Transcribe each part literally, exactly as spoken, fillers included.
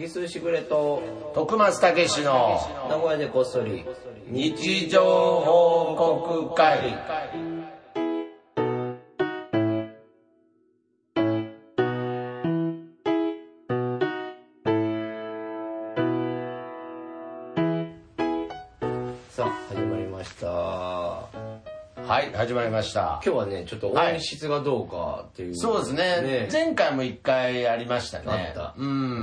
ぎすしぐれと徳松たけしの名古屋でこっそり日常報告会。 さあ始まりました。 はい始まりました。 今日はねちょっと音質がどうかっていう、はい、 そうですね、ね前回も一回ありましたね。 あった。 うん、うん、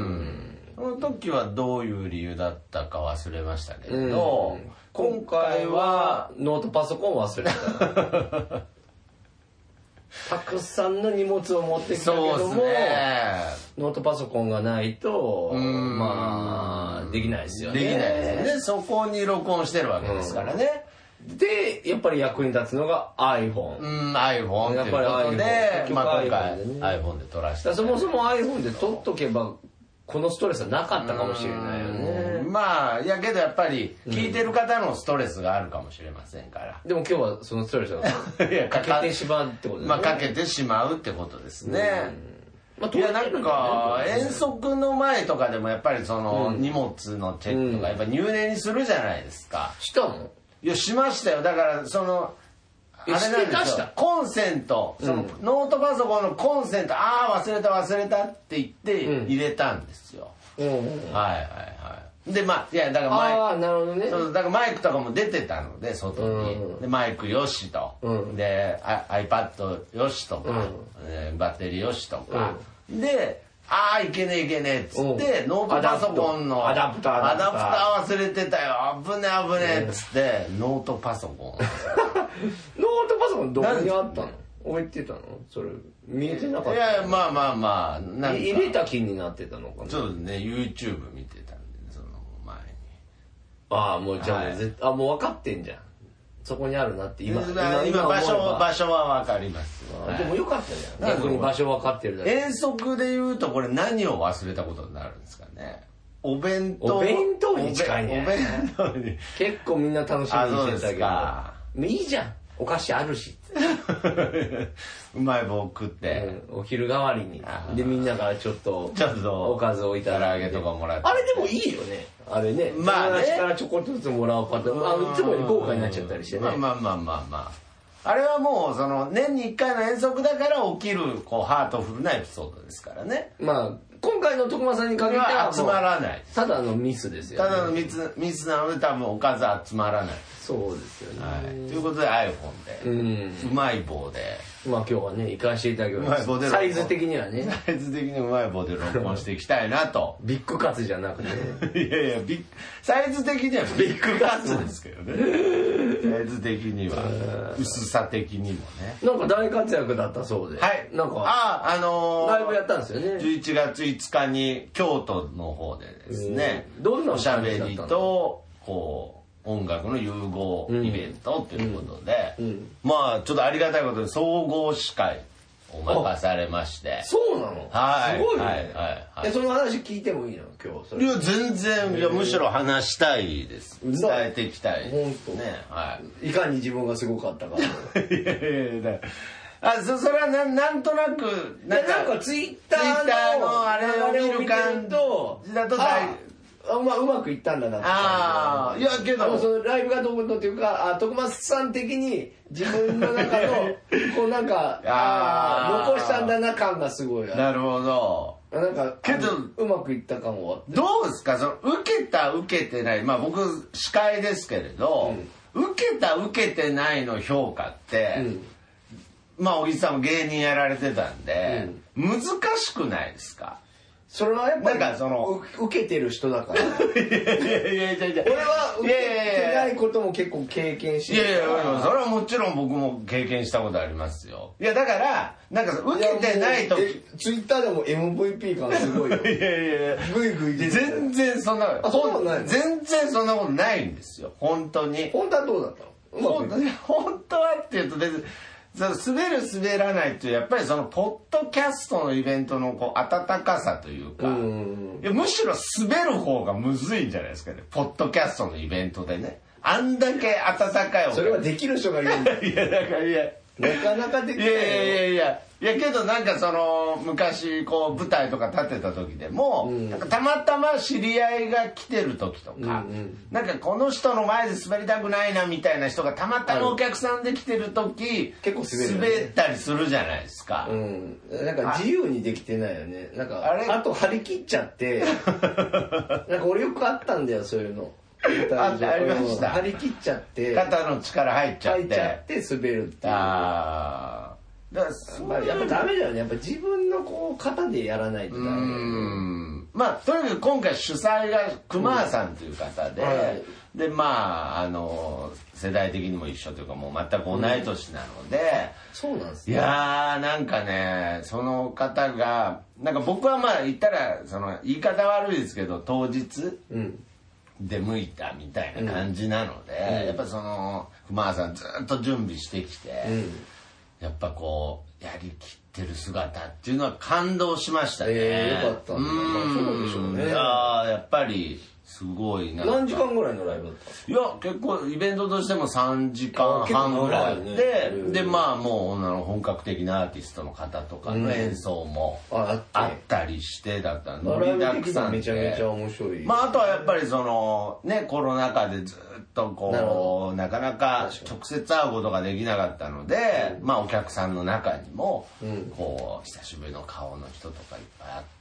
その時はどういう理由だったか忘れましたけれど、うん、今回はノートパソコン忘れたたくさんの荷物を持ってきたけども、ね、ノートパソコンがないとまあできないですよね。 できないですね。そこに録音してるわけですからね、 うん、でやっぱり役に立つのが iPhone。 うん iPhone ということで、まあ、今回 iPhone で撮らせて、 そもそも iPhone で撮っとけばこのストレスはなかったかもしれないよね。 まあやけどやっぱり聞いてる方のストレスがあるかもしれませんから、 うん、でも今日はそのストレスをかけてしまうってことですね。 まあかけてしまうってことですね、うん、まあ、いやなんか遠足の前とかでもやっぱりその荷物のチェックとかやっぱ入念にするじゃないですか。 したの？ いやしましたよ。だからそのあれなんですよ、コンセント、そのノートパソコンのコンセント、ああ忘れた忘れたって言って入れたんですよ、うんうんうん、はいはいはい。でまあいやだからマイク、 ああなるほどね。 そうだからマイクとかも出てたので外に、うん、でマイクよしと、うん、で iPad よしとか、うん、バッテリーよしとか、うん、でああいけねえいけねえっつって、うん、ノートパソコンのアダプターアダプター忘れてたよ危ねえ危ねえっつって、うん、ノートパソコンノートパソコンどこにあったの？置いてたの？それ見えてなかった？ いやまあまあまあなんか入れた気になってたのかな。 ちょっとね YouTube 見てたんでその前に。 ああもうじゃあ、はい、あもう分かってんじゃんそこにあるなって今今今場所場所は分かります。 でもよかったじゃん。逆に場所分かってるだけ。 遠足で言うとこれ何を忘れたことになるんですかね。お弁当。 お弁当に近いね。 お弁当に。 結構みんな楽しみにしてたけど。いいじゃん。お菓子あるし。 うまい棒食って、 うん、お昼代わりに。でみんなからちょっとちょっとおかずをいただいて。 唐揚げとかもらって。 あれでもいいよね。あれね。まあね。友達からちょこっとずつもらうパターン。あのいつもより豪華になっちゃったりしてね。 まあまあまあまあまあ。あれはもうその年にいっかいの遠足だから起きるこうハートフルなエピソードですからね。 まあ今回の徳間さんに限っては集まらない。 ただのミスですよね。 ただのミスミスなので多分おかず集まらない。 そうですよね。 はい。ということで iPhone で、うん、うまい棒で。 まあ今日はね行かしていただきます。うまい棒でサイズ的にはね。 サイズ的にうまい棒で録音していきたいなと。 ビッグカツじゃなくて。 いやいやビッサイズ的にはビッグカツですけどね。サイズ的には薄さ的にもね。 なんか大活躍だったそうで。 はい。 なんかああのー、 ライブやったんですよね。 じゅういちがついつかに京都の方でですね。 どんなおしゃべりとこう。音楽の融合イベントということで、うんうん、まあちょっとありがたいことで総合司会を任されまして。 そうなの？ はい。 すごいね。 はいはいはい。 えその話聞いてもいいの今日それ？ いや全然いやむしろ話したいです。伝えていきたい。 本当ね。はい。 いかに自分がすごかったか。いやいやいや。あ そ, それはななんとなくなん か, なんかツイッター の, のあれを見る感じだと大あまあうまくいったんだなって。 ああいやけどそのライブがどうのっていうかあ徳松さん的に自分の中のこうなんかあ残したんだな感がすごい。 なるほど。 なんかけどうまくいった感はどうですかその受けた受けてないまあ僕司会ですけれど、うん、受けた受けてないの評価って、うんまあ小木さんも芸人やられてたんで、うん、難しくないですか？ それはやっぱりなんかその受けてる人だから。いやいやいやいや俺は受けてないことも結構経験してる。 いやいやそれはもちろん僕も経験したことありますよ。いやだからなんか受けてないとツイッターでも エムブイピー 感すごいよ。いやいやいやグイグイ出て全然そんなあそうない全然そんなことないんですよ本当に。 本当はどうだったの？ 本当はっていうと別に滑る滑らないっていうやっぱりそのポッドキャストのイベントのこう温かさというか、うんいやむしろ滑る方がむずいんじゃないですかねポッドキャストのイベントでねあんだけ温かいそれはできる人がいるんだ。 いやだからいやなかなかできないよ。 いやいやいやいやいやけどなんかその昔こう舞台とか立てた時でも、うん、なんかたまたま知り合いが来てる時とか、うんうん、なんかこの人の前で滑りたくないなみたいな人がたまたまお客さんで来てる時結構滑る、ね、滑ったりするじゃないですか、 うん、なんか自由にできてないよね。なんか あ, れあと張り切っちゃってなんか俺よくあったんだよそういうの。 あ, ありました。 張り切っちゃって肩の力入っちゃって入っちゃって滑るっていう。あだからまあ、やっぱダメだよね。やっぱ自分のこう型でやらないとダメだよね。うんまあとにかく今回主催が熊さんという方で、うんはい、でまああの世代的にも一緒というかもう全く同い年なので、うん、 そうなんですね。 いやーなんかねその方がなんか僕はまあ言ったらその言い方悪いですけど当日、うん出向いたみたいな感じなので、うん、やっぱその熊さんずっと準備してきて、うん、やっぱこうやりきってる姿っていうのは感動しましたね。 えー、よかったんだ。うんそうでしょうね。 いややっぱりすごいな。 何時間ぐらいのライブだったんですか？ いや結構イベントとしてもさんじかんはんぐらいで、ね、でまあもう本格的なアーティストの方とかの演奏もあったりしてだったので、盛りだくさんでめちゃめちゃ面白い。 まああとはやっぱりそのねコロナ禍でずっとこう な, なかなか直接会うことができなかったので、うん、まあお客さんの中にもこう久しぶりの顔の人とかいっぱいあって、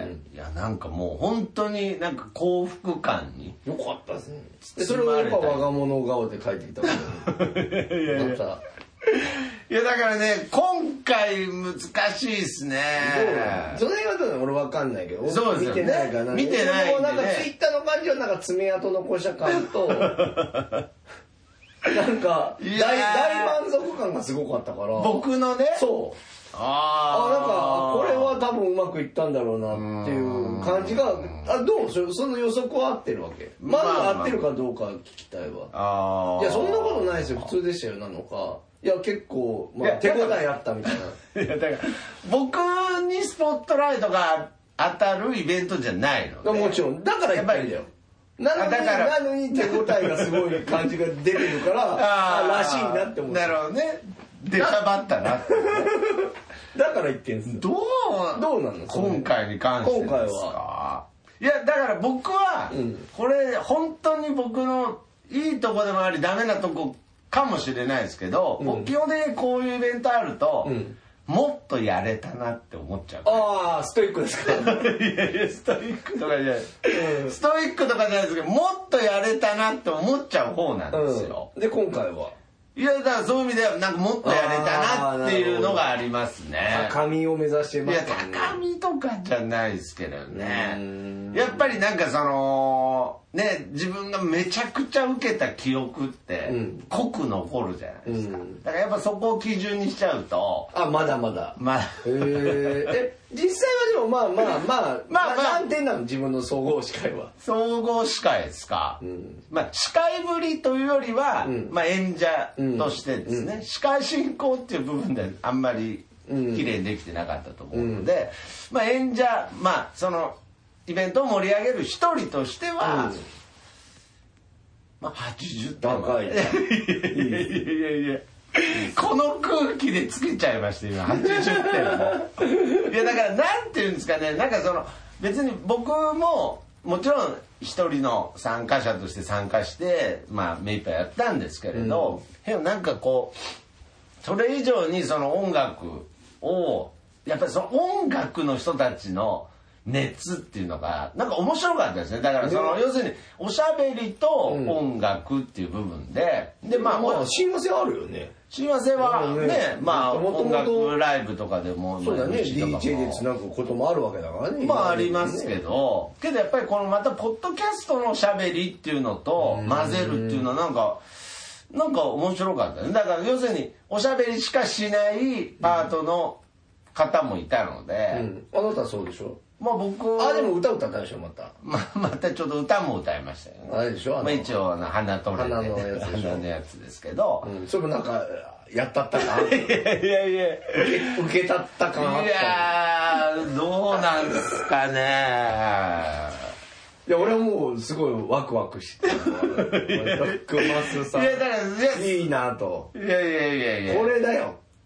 うん、いやなんかもう本当になんか幸福感によかったですね。でそれはやっぱ我が物顔で帰ってきたことにいやいやまいやだからね今回難しいですね。 それは俺分かんないけどそうですよね見てないから見てないんで、ね、 なんかツイッターの感じはなんか爪痕残した感となんか大, 大満足感がすごかったから僕のねそうああなんかこれは多分うまくいったんだろうなっていう感じがあどうその予測は合ってるわけまだ合ってるかどうか聞きたいわ。あいやそんなことないですよ普通でしたよなのかいや結構、まあ、手応えあったみたいな。いやだから僕にスポットライトが当たるイベントじゃないのでもちろんだからやっぱりだよなのになのに手応えがすごい感じが出てるからあらしいなって思って。 なるほどね出しゃばったなってだから言ってんすよ。 どうどうなの今回に関してですか。今回はいやだから僕は、うん、これ本当に僕のいいとこでもありダメなとこかもしれないですけど、うん、基本的にこういうイベントあると、うん、もっとやれたなって思っちゃう。 ああストイックですか。いやいやストイックとかじゃない、うん、ストイックとかじゃないですけどもっとやれたなって思っちゃう方なんですよ、 うん、で今回はいやだからそういう意味ではなんかもっとやれたなっていうのがありますね。 高みを目指してますね。 いや高みとかじゃないですけどね。やっぱりなんかそのね自分がめちゃくちゃ受けた記憶って濃く残るじゃないですか。うん、だからやっぱそこを基準にしちゃうとあまだまだまだへえ実際はでもまあまあまあまあ、まあ、何点なの自分の総合司会は。 総合司会ですか、うん、まあ司会ぶりというよりは、うん、まあ演者としてですね、うん、司会進行っていう部分であんまり綺麗にできてなかったと思うので、うん、まあ演者まあそのイベントを盛り上げる一人としては、うん、まあはちじゅってん高い。いやいやいやいやこの空気でつけちゃいました今はちじゅってんもいやだからなんていうんですかねなんかその別に僕ももちろん一人の参加者として参加してまあ目いっぱいやったんですけれど、うん、でもなんかこうそれ以上にその音楽をやっぱりその音楽の人たちの熱っていうのがなんか面白かったですね。だからその、ね、要するにおしゃべりと音楽っていう部分で、 うん、でまあ、まあ、親和性あるよね。 親和性はね、ねまあ音楽ライブとかでもそうだね ディージェー でつなぐこともあるわけだからね。 まあありますけど、ね、けどやっぱりこのまたポッドキャストのおしゃべりっていうのと混ぜるっていうのはなんかなんか面白かったね。だから要するにおしゃべりしかしないパートの方もいたので、 うん、あなたそうでしょ。 まあ僕あでも歌歌ったでしょまた。 まあまたちょっと歌も歌いましたよね。 あれでしょ。 まあ一応鼻取れて、 鼻のやつでしょ。 鼻のやつですけど、 うん、それもなんかやったったか。 いやいやいや受けたったか。 いやどうなんですかね。 いや俺はもうすごいワクワクしてる。クマスさん。いやだからいいなと。 いやいやいやいや。 これだよ。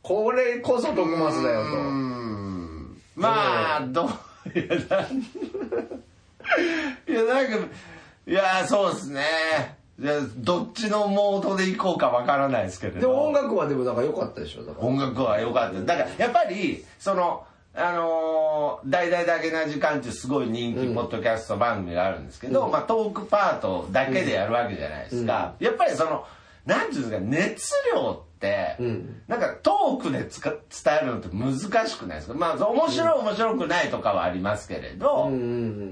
これこそ徳松だよと。 まあどういやなんいやなんかいやそうですね。いやどっちのモードでいこうかわからないですけれど。 でも音楽はでもなんか良かったでしょ。だから音楽は良かった。だからやっぱりそのあのー、大々だけな時間っていうすごい人気ポッドキャスト番組があるんですけど、うん、まあトークパートだけでやるわけじゃないですか。うん、やっぱりそのなんていうんですか熱量って、うん、なんかトークでつか伝えるのって難しくないですか。まあ面白い面白くないとかはありますけれど、うん、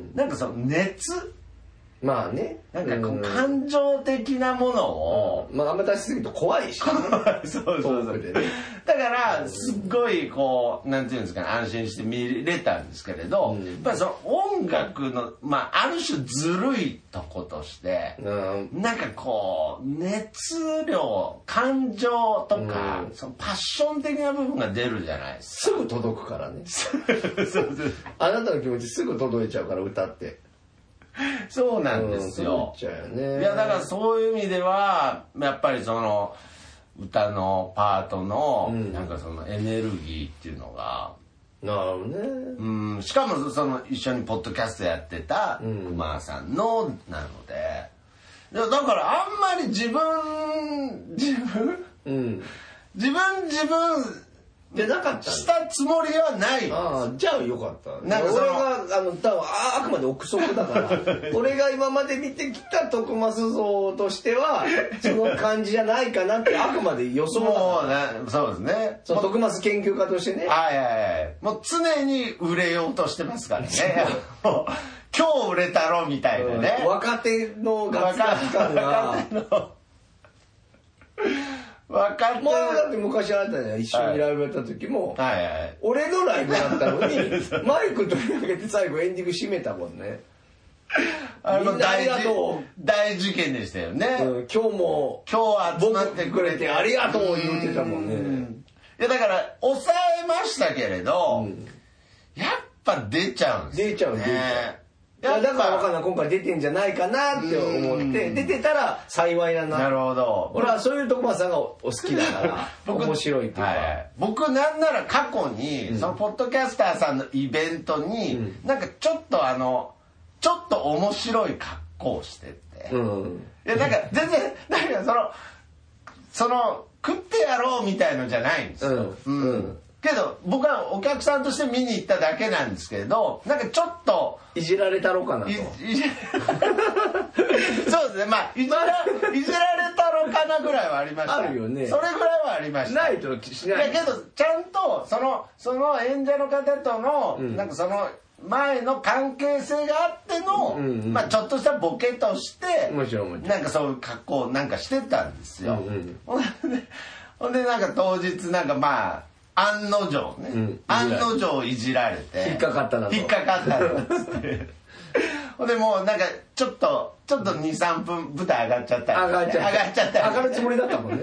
なんかその熱まあねなんかこう感情的なものを、 うん、まああんま出しすぎると怖いし、ね、 そうそうそう、ね、だからすっごいこうなんていうんですかね安心して見れたんですけれど、うん、やっぱりその音楽のまあある種ずるいとことして、うん、なんかこう熱量感情とか、うん、そのパッション的な部分が出るじゃないですか。すぐ届くからねそうそうあなたの気持ちすぐ届いちゃうから歌ってそうなんですよ、 うん、ね、 いやだからそういう意味ではやっぱりその歌のパートのなんかそのエネルギーっていうのが、 なるほどね、 うん、しかもその一緒にポッドキャストやってた熊さんのなので、だからあんまり自分自分、うん、自分自分でなかったしたつもりはない。 ああ、じゃあよかった。なんか俺があの多分 あ, あくまで憶測だから俺が今まで見てきた徳増像としてはその感じじゃないかなってあくまで予想だから。 もうそうですね。 その徳増研究家としてね。 はいはいはい。もう常に売れようとしてますからね。もう今日売れたろみたいなね。 うん、若手のガツガツ感が。 分かってる。 もうだって昔あなたね一緒にライブやった時も、はいはいはい、俺のライブだったのにマイク取り上げて最後エンディング締めたもんね。 あの大大事件でしたよね、うん、 今日も今日集まってくれてありがとう言ってたもんね。うん、 いやだから抑えましたけれど、うん、やっぱ出ちゃうんですよね。 出ちゃう出ちゃう。いやだから分かんない今回出てんじゃないかなって思って出てたら幸いだな。 なるほど。 俺はそういう徳松さんがお好きだから面白いっていうか、はい、 僕なんなら過去に、うん、そのポッドキャスターさんのイベントに、うん、なんかちょっとあのちょっと面白い格好をしてて、うん、いやなんか全然なんかそのその食ってやろうみたいのじゃないんですよ。うんうん、けど僕はお客さんとして見に行っただけなんですけれど、なんかちょっといじられたろかなと。いいじそうですね。まあいじらいじられたろかなぐらいはありました。 あるよね。 それぐらいはありました。 ないとしない。 だけどちゃんとそのその演者の方との、うん、なんかその前の関係性があっての、うんうん、まあちょっとしたボケとしてもちろんもちろんなんかそういう格好なんかしてたんですよ。うんうん、ほんでなんか当日なんかまあ。案の定ね、うん、案の定いじられて引っかかったなと引っかかったなっつってほんでもうなんかちょっとちょっと にさんぷん舞台上がっちゃったり、 ね、上がっちゃった上がっちゃった上がるつもりだったもんね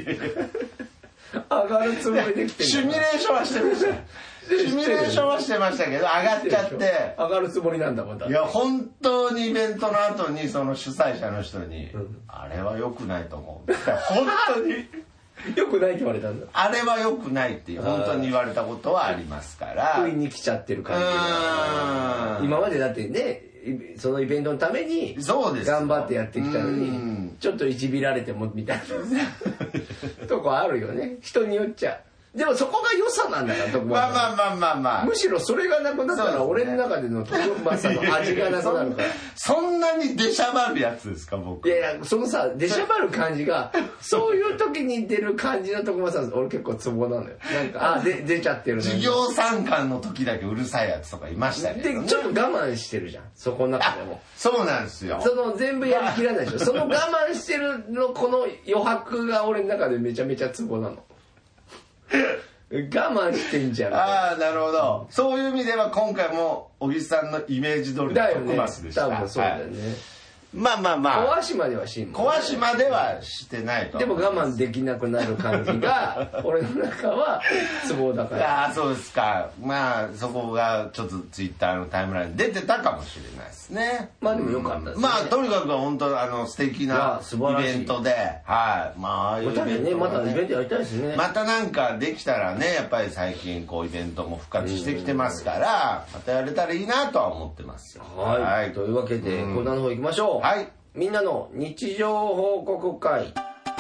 上がるつもりできてるシミュレーションはしてましたシミュレーションはしてましたけど上がっちゃって上がるつもりなんだもんだ。 いや本当にイベントの後にその主催者の人に、うん、あれは良くないと思う本当によくないって言われたんだ。 あれはよくないって本当に言われたことはありますから不意に来ちゃってる感じが今までだってねそのイベントのために頑張ってやってきたのにちょっといじびられてもみたいなとこあるよね人によっちゃ。でもそこが良さなんだから徳松さん。 まあまあまあまあまあむしろそれがなくなったら俺の中での徳松さんの味がなくなるからそんなに出しゃばるやつですか僕。 いやいやそのさ出しゃばる感じがそういう時に出る感じの徳松さん俺結構ツボなのよ。なんかあで出ちゃってる授業参観の時だけうるさいやつとかいましたけど、ね、 でちょっと我慢してるじゃんそこの中でも。 そうなんですよ。 その全部やりきらないでしょその我慢してるのこの余白が俺の中でめちゃめちゃツボなの我慢してんじゃん。 ああなるほど、うん、そういう意味では今回も小木さんのイメージ通りの徳増でした。 だよね多分そうだよね、はい、 まあまあまあ壊しまではしんもん、 壊しまではしてないと。 でも我慢できなくなる感じが俺の中はツボだから。 ああ、そうですか。まあそこがちょっとツイッターのタイムラインに出てたかもしれないですね。 まあでもよかったですね。 まあとにかく本当あの素敵なイベントで、はい。まあああいうイベント、 ね、またイベントやりたいですね。 またなんかできたらね、やっぱり最近こうイベントも復活してきてますから、またやれたらいいなとは思ってますよ。 はい。はい、というわけで、コーナーの方行きましょう。 はい。 みんなの日常報告会。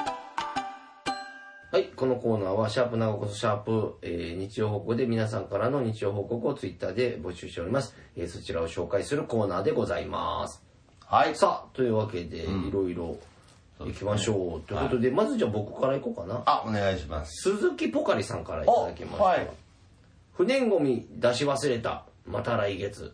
はい、このコーナーはシャープ長こそシャープ、えー、日常報告で皆さんからの日常報告をツイッターで募集しております。えー、そちらを紹介するコーナーでございます。 はい。 さあ、というわけで、うん、いろいろ行きましょう。うね、ということで、はい、まずじゃあ僕から行こうかな。 あ、お願いします。 鈴木ポカリさんからいただきました。はい、不燃ゴミ出し忘れた。また来月。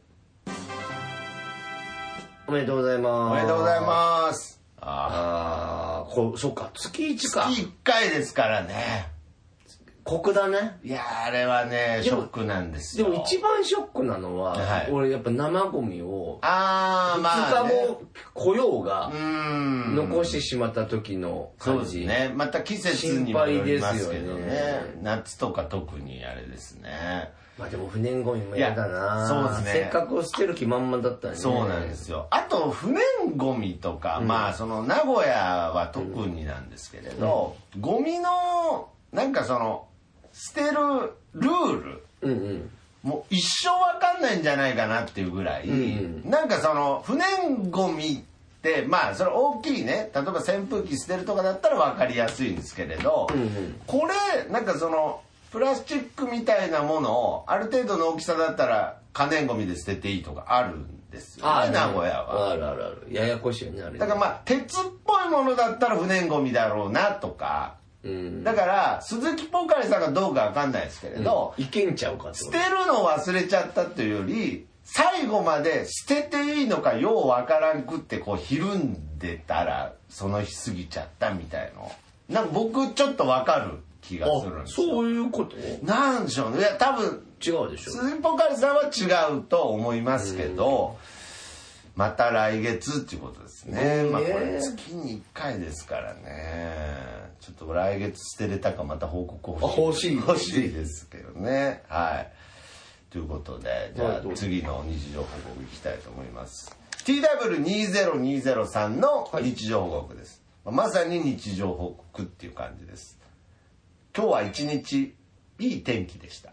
おめでとうございます。 おめでとうございます。 ああ、こそっか、月いちか。 月いっかいですからね。 酷だね。 いやあれはねショックなんですよ。 でも一番ショックなのは、はい、俺やっぱ生ゴミをあー、まあ、ね、 ふつかご来ようが残してしまった時の感じ。 そうですね。また季節にもよりますけどね。ね、夏とか特にあれですね。 まあでも不燃ゴミも嫌だな。 そうですね。 せっかく捨てる気満々だったのにね。 そうなんですよ。あと不燃ゴミとか、うん、まあその名古屋は特になんですけれど、うん、ゴミのなんかその捨てるルール、うんうん、もう一生わかんないんじゃないかなっていうぐらい、うんうん、なんかその不燃ゴミってまあそれ大きいね、例えば扇風機捨てるとかだったらわかりやすいんですけれど、うんうん、これなんかそのプラスチックみたいなものをある程度の大きさだったら可燃ゴミで捨てていいとかあるんですよね、名古屋は。 あるあるある。ややこしいよね、あれね。 だからまあ鉄っぽいものだったら不燃ゴミだろうなとか、うん、だから鈴木ポカリさんがどうかわかんないですけれど、 うん、いけんちゃうかって捨てるのを忘れちゃったというより最後まで捨てていいのかようわからんくってこうひるんでたらその日過ぎちゃったみたいのなんか僕ちょっとわかる気がするんですよ。 そういうこと？ なんでしょうね。いや多分違うでしょ。 鈴木ポカリさんは違うと思いますけど、また来月っていうことですね。まあこれ月にいっかいですからね。ちょっと来月捨てれたかまた報告欲しい。 欲しいですけどね。はい。ということで、じゃあ次の日常報告いきたいと思います。ティーダブリューにせんにじゅうさん の日常報告です。はい、まさに日常報告っていう感じです。今日は一日いい天気でした。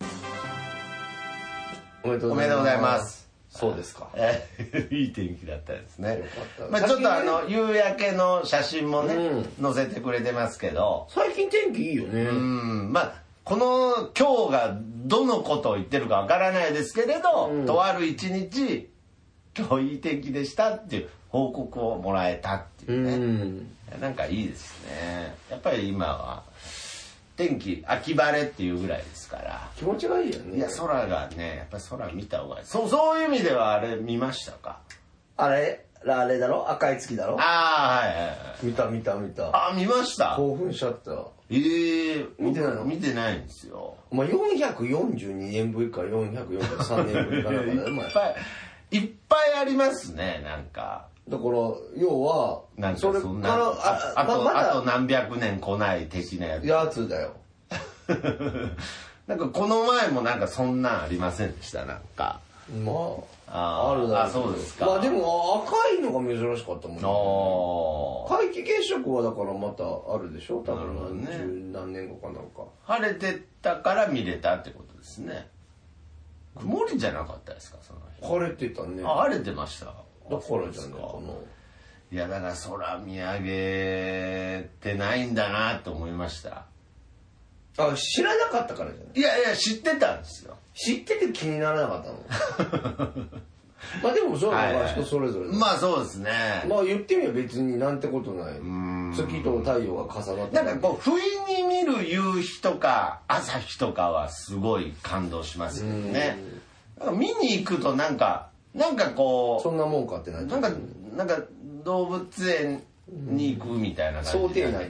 おめでとうございます。そうですか。 いい天気だったですね。まあちょっとあの夕焼けの写真もね、うん、載せてくれてますけど。 最近天気いいよね。 うん。まあこの今日がどのことを言ってるかわからないですけれど、うん、とある一日今日いい天気でしたっていう報告をもらえたっていうね。うん、なんかいいですね。やっぱり今は天気秋晴れっていうぐらいですから気持ちがいいよね。 いや空がねやっぱり空見た方がいい。そうそういう意味ではあれ見ましたか？ あれあれだろ、赤い月だろ。 ああはいはいはい。 見た見た見た。 あ見ました。 興奮しちゃった。 ええー、 見てないの？ 見てないんですよ。 お前よんひゃくよんじゅうにねんぶりかよんひゃくよんじゅうさんねんぶりかなんかだよ。 いっぱいいっぱいありますねなんか。 だから要はなんかそれからああと、まま、あと何百年来ない的なやつ。 やつだよ。 なんかこの前もなんかそんなんありませんでしたなんか。 まあ、あるだろう。 あ、そうですか。 まあでも赤いのが珍しかったもんね。皆既月食はだからまたあるでしょ多分ね。十何年後かなんか。 晴れてたから見れたってことですね。曇りじゃなかったですかその日。 晴れてたね。 あ、晴れてました。だからじゃないかな。 いやだから空見上げてないんだなと思いました。 あ、知らなかったからじゃない？ いやいや知ってたんですよ。 知ってて気にならなかったの。まあでもそうだから人それぞれ、 はい、まあそうですね。 まあ言ってみれば別になんてことない。月と太陽が重なってなんかこう不意に見る夕日とか朝日とかはすごい感動しますけどね。なんか見に行くとなんかなんかこうそんなもんかってない。 なんかなんか動物園に行くみたいな感じ、 想定内ってことね。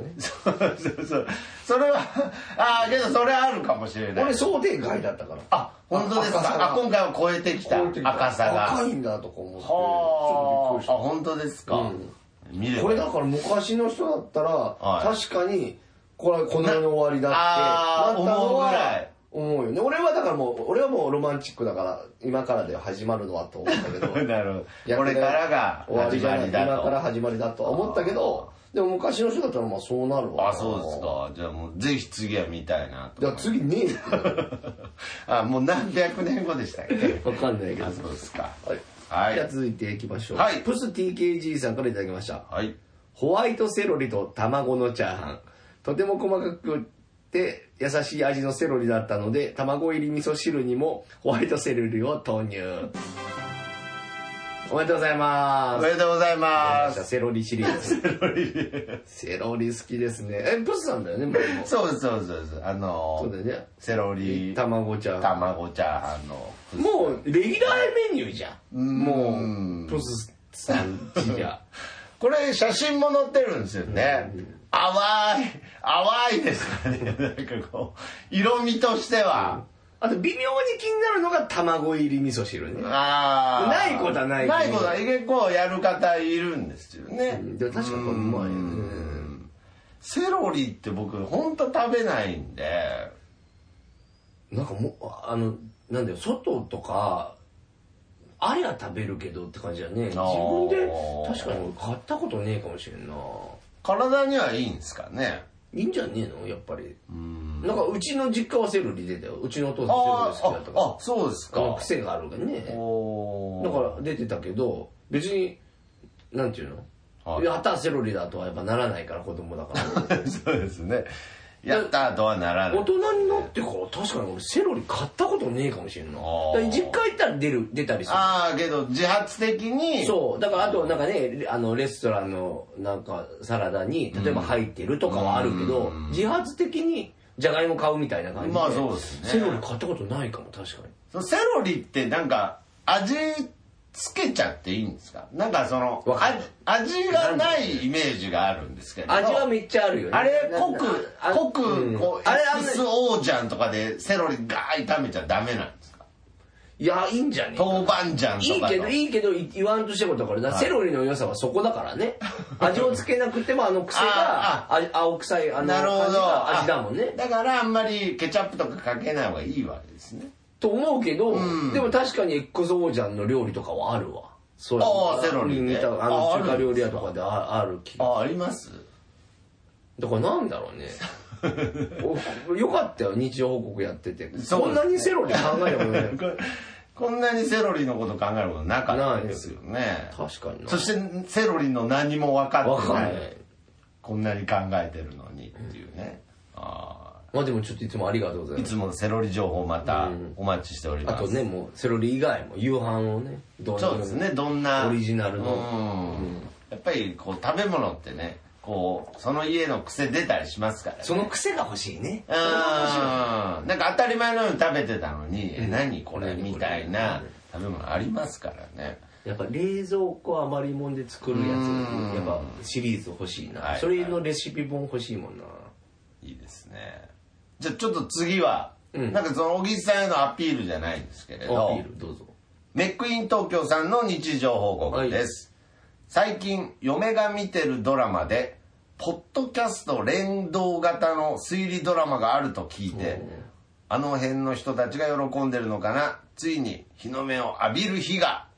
ね。 そうそうそう。それは、ああ、けどそれあるかもしれない。 俺想定外だったから。 あ、本当ですか。あ、今回は超えてきた。赤さが。 赤いんだとか思って。 はあ、あ、本当ですか。うん、 見ればこれだから昔の人だったら、はい、確かに、これはこの世の終わりだってなったのは、思うぐらい。思うよね。俺はだからもう、俺はもうロマンチックだから、今からで始まるのはと思ったけど。 なるほど。これからが終わりじゃない。 今から始まりだとは思ったけど、でも昔の人だったらまあそうなるわ。 あ、そうですか。じゃあもうぜひ次は見たいなと。 いや、次ねえって。 あ、もう何百年後でしたっけ。 わかんないけど。 あ、そうですか。 はい。はい。じゃあ続いていきましょう。 はい。 プス ティーケージー さんからいただきました。 はい。 ホワイトセロリと卵のチャーハン。とても細かくて優しい味のセロリだったので、卵入り味噌汁にもホワイトセロリを投入。おめでとうございます。 おめでとうございます。 セロリシリーズ。セロリ。セロリ好きですね。え、プスさんだよね、もう。 そうです、そうです、そうです。あのー、 そうだよね。 セロリ。 卵チャーハン。 卵チャーハンの。 もう、レギュラーメニューじゃん。もう、プスさんちじゃ。 これ、写真も載ってるんですよね。淡い、淡いですかね。なんかこう、色味としては。 あと微妙に気になるのが卵入り味噌汁ね。 ああ。 ないことはないけど。 ないことは結構やる方いるんですよね。 うん、でも確かにこれうまいよね。 セロリって僕ほんと食べないんで。 なんかもう、あの、なんだよ、外とか、ありゃ食べるけどって感じだね。自分で確かに買ったことねえかもしれんな。 体にはいいんですかね。 いいんじゃねえのやっぱり。うんなんかうちの実家はセロリ出たよ。うちのお父さんセロリ好きだったから。 あ、そうですか。 癖があるからね。だから出てたけど、別に、なんていうの、はい、やったセロリだとはやっぱならないから子供だから、 ね。そうですね。やったとはならない。 大人になってから確かに俺セロリ買ったことねえかもしれんな。実家行ったら出る、出たりする。 ああ、けど自発的に。 そう。だからあとなんかね、あのレストランのなんかサラダに例えば入ってるとかはあるけど、自発的にじゃがいも買うみたいな感じで。 まあそうですね。 セロリ買ったことないかも、確かに。 セロリってなんか味つけちゃっていいんですか？なんかその味がないイメージがあるんですけど。 味はめっちゃあるよね。 あれ濃く濃くこうエキスオージャンとかでセロリガー炒めちゃダメなんですか？ いやいいんじゃねえか。 豆板醤とか。 いいけどいいけど言わんとしてことだから、セロリの良さはそこだからね。味をつけなくてもあの癖が青臭いあのなるほど味だもんね。 だからあんまりケチャップとかかけない方がいいわけですね。 と思うけど、うん、でも確かに X オージャンの料理とかはあるわ。 そうああ、セロリね。 あの中華料理屋とかである気が。 あ、あります？ だからなんだろうね。よかったよ、日常報告やってて。こんなにセロリ考えたことない。 こんなにセロリのこと考えることなかったですよね。 確かに。 そしてセロリの何も分かってない。こんなに考えてるのにっていうね。ああ。 まあでもちょっといつもありがとうございます。 いつもセロリ情報またお待ちしております。 あとね、もうセロリ以外も夕飯をね、 どんなそうですね、どんなオリジナルの、 うん、やっぱりこう食べ物ってね、こうその家の癖出たりしますからね。 その癖が欲しいね。 うん。なんか当たり前のように食べてたのに、うん、え何これみたいな食べ物ありますからね。 やっぱ冷蔵庫余りもんで作るやつ、やっぱシリーズ欲しいな。はい、それのレシピ本欲しいもんな。 いいですね。じゃあちょっと次は、うん、なんかその小木さんへのアピールじゃないんですけれど、 アピールどうぞ。 メックイン東京さんの日常報告です。はい、最近嫁が見てるドラマでポッドキャスト連動型の推理ドラマがあると聞いて、あの辺の人たちが喜んでるのかな。ついに日の目を浴びる日が。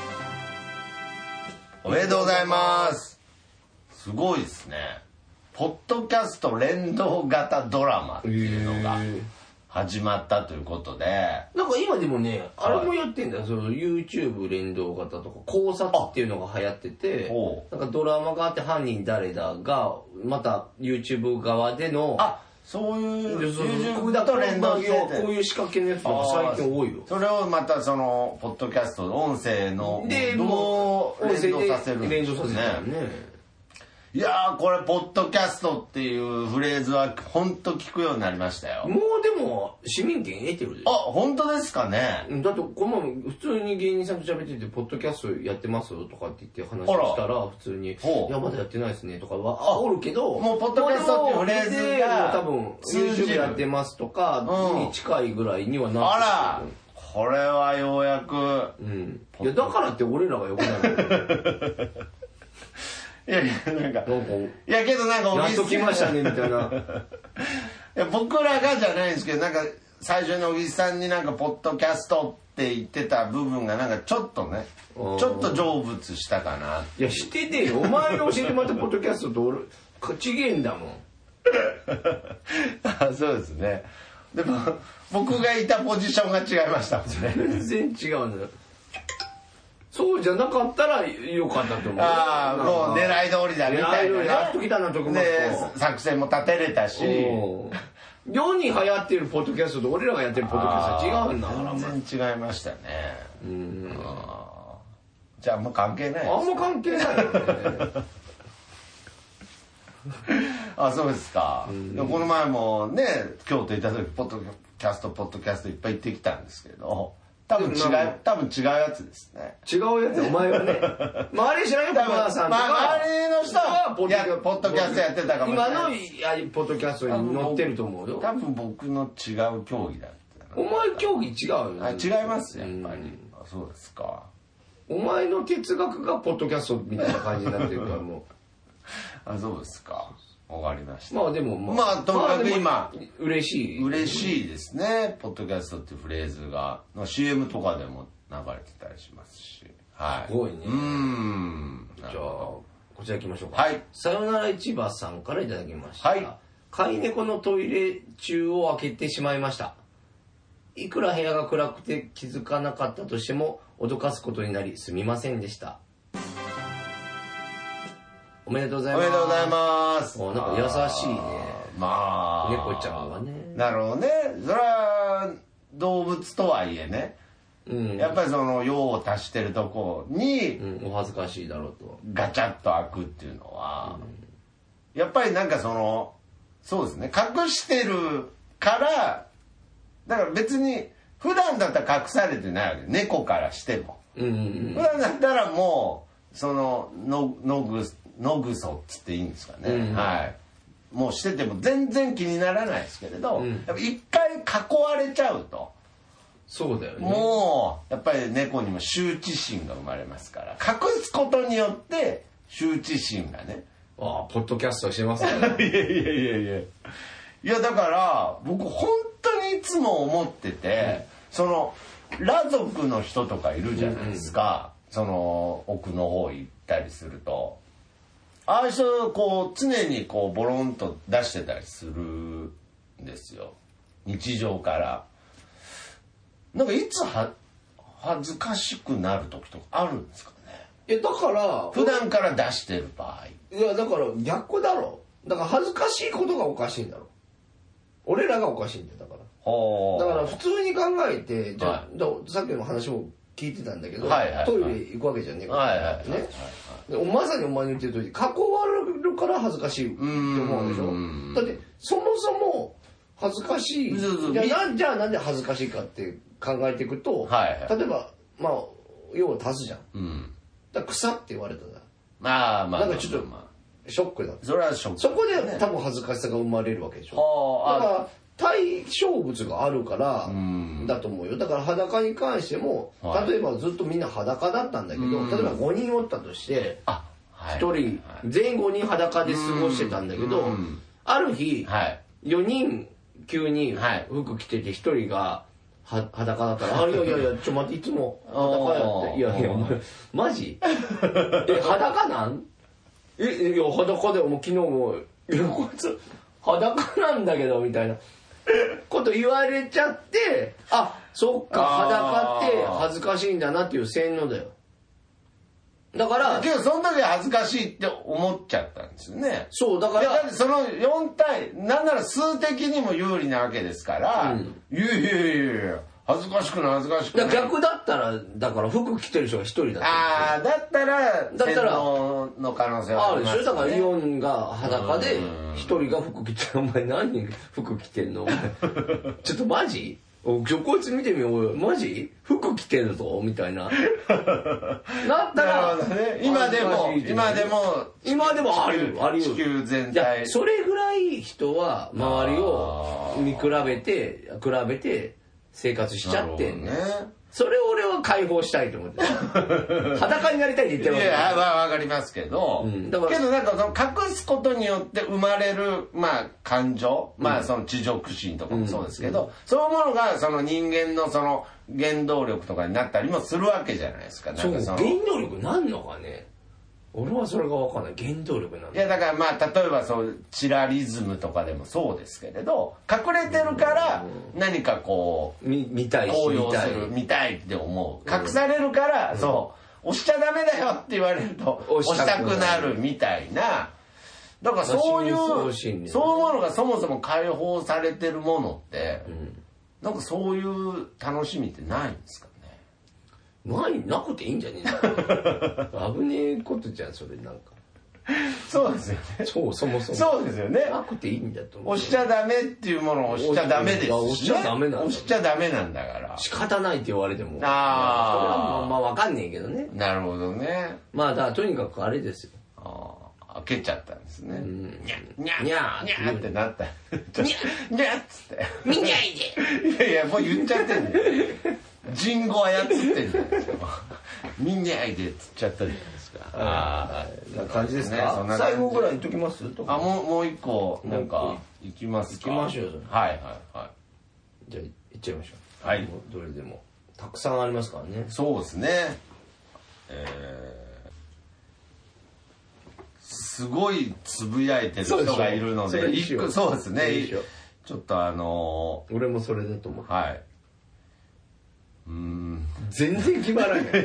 おめでとうございます。すごいですね。ポッドキャスト連動型ドラマっていうのが始まったということで、 なんか今でもね、あれもやってんだよ。その YouTube 連動型とか考察っていうのが流行ってて、なんかドラマがあって犯人誰だがまた YouTube 側での、 あ、そういう YouTube と連動してて、こういう仕掛けのやつが最近多いよ。 それをまたそのポッドキャストの音声のでどう連動させるんですね。いいやーこれポッドキャストっていうフレーズは本当聞くようになりましたよ。 もうでも市民権得てるでしょ。 あ、本当ですかね。 だってこの前普通に芸人さんと喋っててポッドキャストやってますとかって言って話をしたら普通にいやまだやってないですねとかはおるけど、 もうポッドキャストっていうフレーズが多分 YouTube やってますとかに近いぐらいにはなってる。 あらこれはようやく、 うん、いやだからって俺らがよくなる。 いやいやなんかいやけどなんかやっときましたねみたいな。 いや僕らがじゃないんですけどなんか最初に小木さんになんかポッドキャストって言ってた部分がなんかちょっとねちょっと成仏したかな。 いやしててよお前が教えてもらったポッドキャストと俺ちげえんだもん。 あそうですね。でも僕がいたポジションが違いましたもんね。 全然違うんだよ。そうじゃなかったらよかったと思う。 ああもう狙い通りだみたいなね。 やっときたなとこまで作戦も立てれたし。 世に流行ってるポッドキャストと俺らがやってるポッドキャストは違うんだから。 全然違いましたね。うんじゃあもう関係ない。 あんま関係ないよね。 あそうですか。でこの前もね京都行った時ポッドキャストポッドキャストいっぱい行ってきたんですけど。多分違う、多分違うやつですね。 違うやつ、お前はね。周り知らんよ、小川さんとか。 周りの人はポッドキャストやってたかもしれない。 今のポッドキャストに載ってると思うよ。 多分僕の違う競技だった。 お前競技違うよね。 違いますやっぱり。そうですか。 お前の哲学がポッドキャストみたいな感じになってるからもう。 あ、そうですか。わかりました。 まあでもまあ、まあ、とにかく今、 嬉しい。 嬉しいですね。ポッドキャストっていうフレーズが、シーエム とかでも流れてたりしますし。はい。 すごいね。 うん。 じゃあ、こちら行きましょうか。 はい。 さよなら市場さんからいただきました。 はい。 飼い猫のトイレ中を開けてしまいました。いくら部屋が暗くて気づかなかったとしても、脅かすことになりすみませんでした。おめでとうございます。 おめでとうございます。 なんか優しいね。 まあ。 猫ちゃんはね。 なるほどね。それは動物とはいえね。うん、やっぱりその用を足してるとこに、 うん、お恥ずかしいだろうと。 ガチャッと開くっていうのは、うん、やっぱりなんかその、そうですね。隠してるから、だから別に普段だったら隠されてないわけ。猫からしても。うんうんうん、普段だったらもう、その、の、のぐ、のぐそっつっていいんですかね、うん、はいもうしてても全然気にならないですけれど、うん、やっぱ一回囲われちゃうとそうだよねもうやっぱり猫にも羞恥心が生まれますから隠すことによって羞恥心がねああポッドキャストしてますねいやいやいやいやいやだから僕本当にいつも思ってて、うん、その裸族の人とかいるじゃないですか、うんうん、その奥の方行ったりするとああいう人こう常にこうボロンと出してたりするんですよ日常からなんかいつは恥ずかしくなる時とかあるんですかねいやだから普段から出してる場合いやだから逆だろだから恥ずかしいことがおかしいんだろ俺らがおかしいんだよだからだから普通に考えてじゃあ、はい、さっきの話も聞いてたんだけど、はいはいはい、トイレ行くわけじゃねえか、はいはいはい、ねまさにお前の言ってる通り囲われるから恥ずかしいって思うでしょだってそもそも恥ずかしいじゃあじゃあなんで恥ずかしいかって考えていくと、はいはい、例えばまあ要は足すじゃん、うん、だから草って言われたらまあまあなんかちょっとショックだそれはショック、ね、 そこで多分恥ずかしさが生まれるわけでしょだから対象物があるからだと思うよだから裸に関しても例えばずっとみんな裸だったんだけど例えばごにんおったとしてひとり全員ごにん裸で過ごしてたんだけどある日よにん急に服着ててひとりが裸だったら「あいやいやいやちょ待っていつも裸やって」「いやいやお前マジえ裸なん?」「えいや裸でもう昨日もいやこいつ裸なんだけど」みたいな。こと言われちゃってあそっか裸って恥ずかしいんだなっていう洗脳だよだからけどその時は恥ずかしいって思っちゃったんですよねそうだからだってそのよん対なんなら数的にも有利なわけですから、うん、いやいやいやいや恥ずかしくない恥ずかしくない。 逆だったらだから服着てる人が一人だった。 ああだったらだったら洗脳の可能性はありますね。 あるでしょ。だからイオンが裸で一人が服着てる。お前何人服着てんのお前ちょっとマジおこいつ見てみようよマジ服着てるぞみたいななったら、 ね、今でも今でも今でもあるある地球全体それぐらい人は周りを見比べて比べて生活しちゃってんね。それを俺は解放したいと思って裸になりたいって言ってるわけ。 いやわかりますけど、うん、だからけどなんかその隠すことによって生まれるまあ感情、うん、まあその地辱心とかもそうですけど、うんうん、そういうものがその人間のその原動力とかになったりもするわけじゃないですか。なんかその原動力なんのかね。俺はそれが分かんない。原動力なんだ。 いやだからまあ例えばそうチラリズムとかでもそうですけれど隠れてるから何かこう見たい高揚する見たいって思う。隠されるからそう押しちゃダメだよって言われると押したくなるみたいな。だからそういうそういうものがそもそも解放されてるものってなんかそういう楽しみってないんですか。 何なくていいんじゃねえの危ねえことじゃんそれなんかそうですよねそうそもそもそうですよねなくていいんだと思う。 押しちゃダメっていうものを押しちゃダメですし、ね、 押しちゃダメなんだ押しちゃダメなんだから仕方ないって言われてもああそれはまあまあ分かんねえけどね。 なるほどね。 まあだからとにかくあれですよ。 ああ開けちゃったんですね。 うんにゃにゃにゃにゃってなったにゃにゃっつって見ないでいやいやもう言っちゃってんね人語操ってんじゃないですか。見ないでっつっちゃったじゃないですか。 ああ、な感じですね。最後ぐらい言っときます？ あ、もうもう一個なんか行きますか。 行きましょう。 はいはいはい。 じゃあ行っちゃいましょう。 はい。 どれでもたくさんありますからね。 そうですね。えー、すごいつぶやいてる人がいるので、一個そうですね。ちょっとあのー、俺もそれだと思う。 はい。うーん全然決まらないど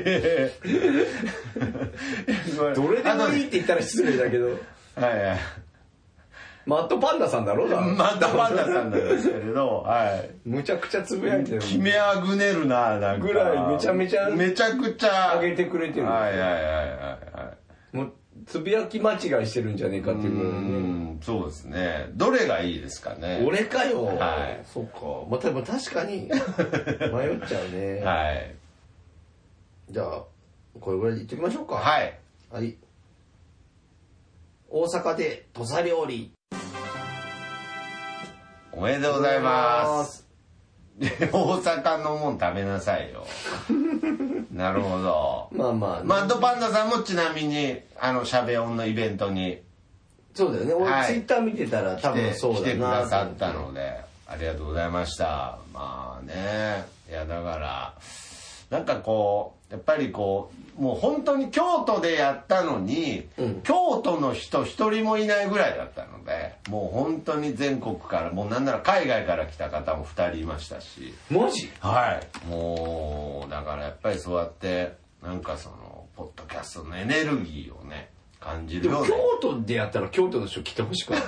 れでもいいって言ったら失礼だけどはいはいマットパンダさんだろうなマットパンダさんなんですけれど、はい、 むちゃくちゃつぶやいてる決めあぐねるななんかぐらいめちゃめちゃめちゃくちゃ上げてくれてる。 はいはいはいはいはいもうつぶやき間違いしてるんじゃねえかっていうぐらいね。 うんそうですね。どれがいいですかね。 俺かよ。 はい。 そっか。まあ多分確かに迷っちゃうね。 はい。 じゃあこれぐらいで言っておきましょうか。 はい。 はい。大阪で土佐料理。 おめでとうございます。大阪のもん食べなさいよ。なるほど。 まあまあ、ね、 マッドパンダさんもちなみにあのしゃべ音のイベントにそうだよね。俺、はい、ツイッター見てたら多分そうだな来てくださったのでありがとうございました。まあねいやだからなんかこうやっぱりこうもう本当に京都でやったのに、うん、京都の人一人もいないぐらいだったのでもう本当に全国からもうなんなら海外から来た方もふたりいましたし。 マジ？ はいもうだからやっぱりそうやってなんかそのポッドキャストのエネルギーをね感じるような。 でも京都でやったら京都の人来てほしくない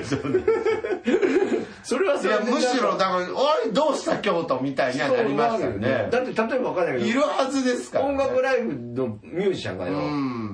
それはそれいやむしろ多分おいどうした京都みたいにはなりましたよね。 だって例えば分かんないけどいるはずですから、ね、 音楽ライブのミュージシャンがよ、うん、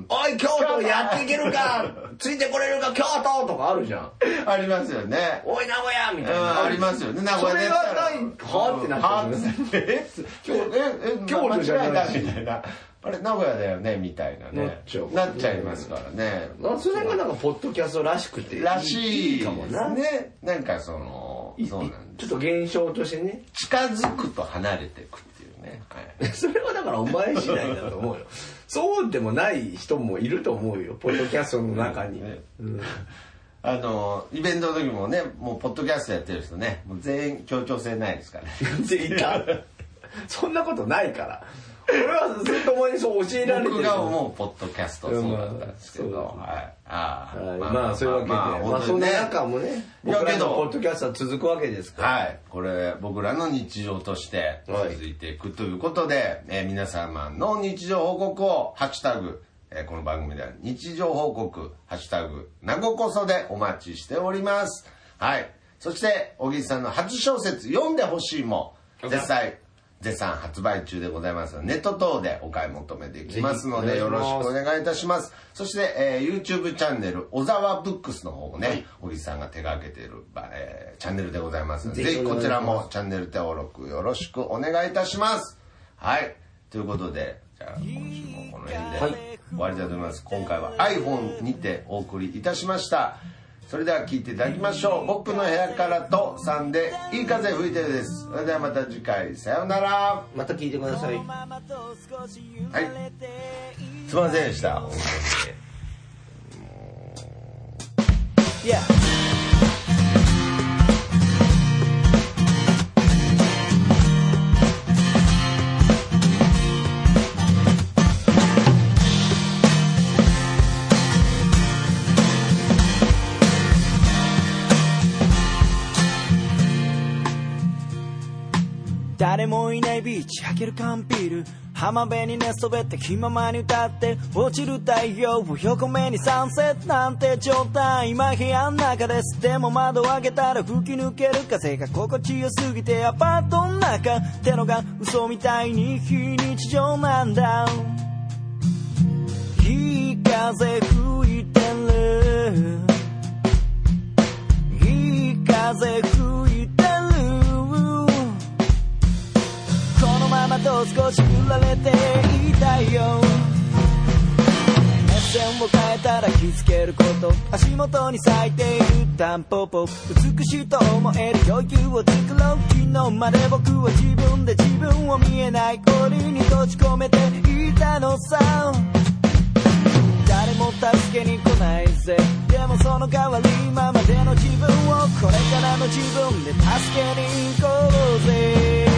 おい京都やっていけるかついてこれるか京都とかあるじゃんありますよね。 おい名古屋みたいな、 うん、ありますよね。名古屋でそれがないはってなってるえ京都じゃないしみたいなあれ名古屋だよねみたいなねなっちゃうなっちゃいますからね。 それがなんかポッドキャストらしくてらしいかもなね。なんかそのそうなんですちょっと現象としてね近づくと離れていくっていうね、 はい、それはだからお前次第だと思うよそうでもない人もいると思うよポッドキャストの中に、ねうん、 あのイベントの時もねもうポッドキャストやってる人ねもう全員協調性ないですからね全員かそんなことないから俺はずっと前にそう教えられてる。 僕が思うポッドキャストそうだったんですけど、はい。ああ、まあそういうわけで、まあそんな中もね、僕らのポッドキャストは続くわけですから。 はい。これ僕らの日常として続いていくということで、え皆様の日常報告をハッシュタグえこの番組では日常報告ハッシュタグなごこそでお待ちしております。はい。そして小木さんの初小説読んでほしいも絶賛絶賛発売中でございますので、ネット等でお買い求めできますのでよろしくお願いいたします。そして、えー、YouTube チャンネル小沢ブックスの方もね、小木さんが手掛けている、えー、チャンネルでございますので、ぜひこちらもチャンネル登録よろしくお願いいたします。はい、ということでじゃあ今週もこの辺で終わりたいと思います。今回は iPhone にてお送りいたしました。それでは聞いていただきましょう。僕の部屋からとさんでいい風吹いてるです。それではまた次回さようなら。 また聞いてください。はい、 すいませんでした。本当に Yeah. 誰もいないビーチ開ける缶ビール浜辺に寝そべって気ままに歌って落ちる太陽を横目にサンセットなんて状態今部屋の中です。でも窓を開けたら吹き抜ける風が心地よすぎてアパートの中ってのが嘘みたいに非日常なんだ。いい風吹いてるいい風吹いてるこのままと少し振られていたいよ。目線を変えたら気づけること足元に咲いているタンポポ美しいと思える余裕を作ろう。昨日まで僕は自分で自分を見えない檻に閉じ込めていたのさ。誰も助けに来ないぜ。でもその代わり今までの自分をこれからの自分で助けに行こうぜ。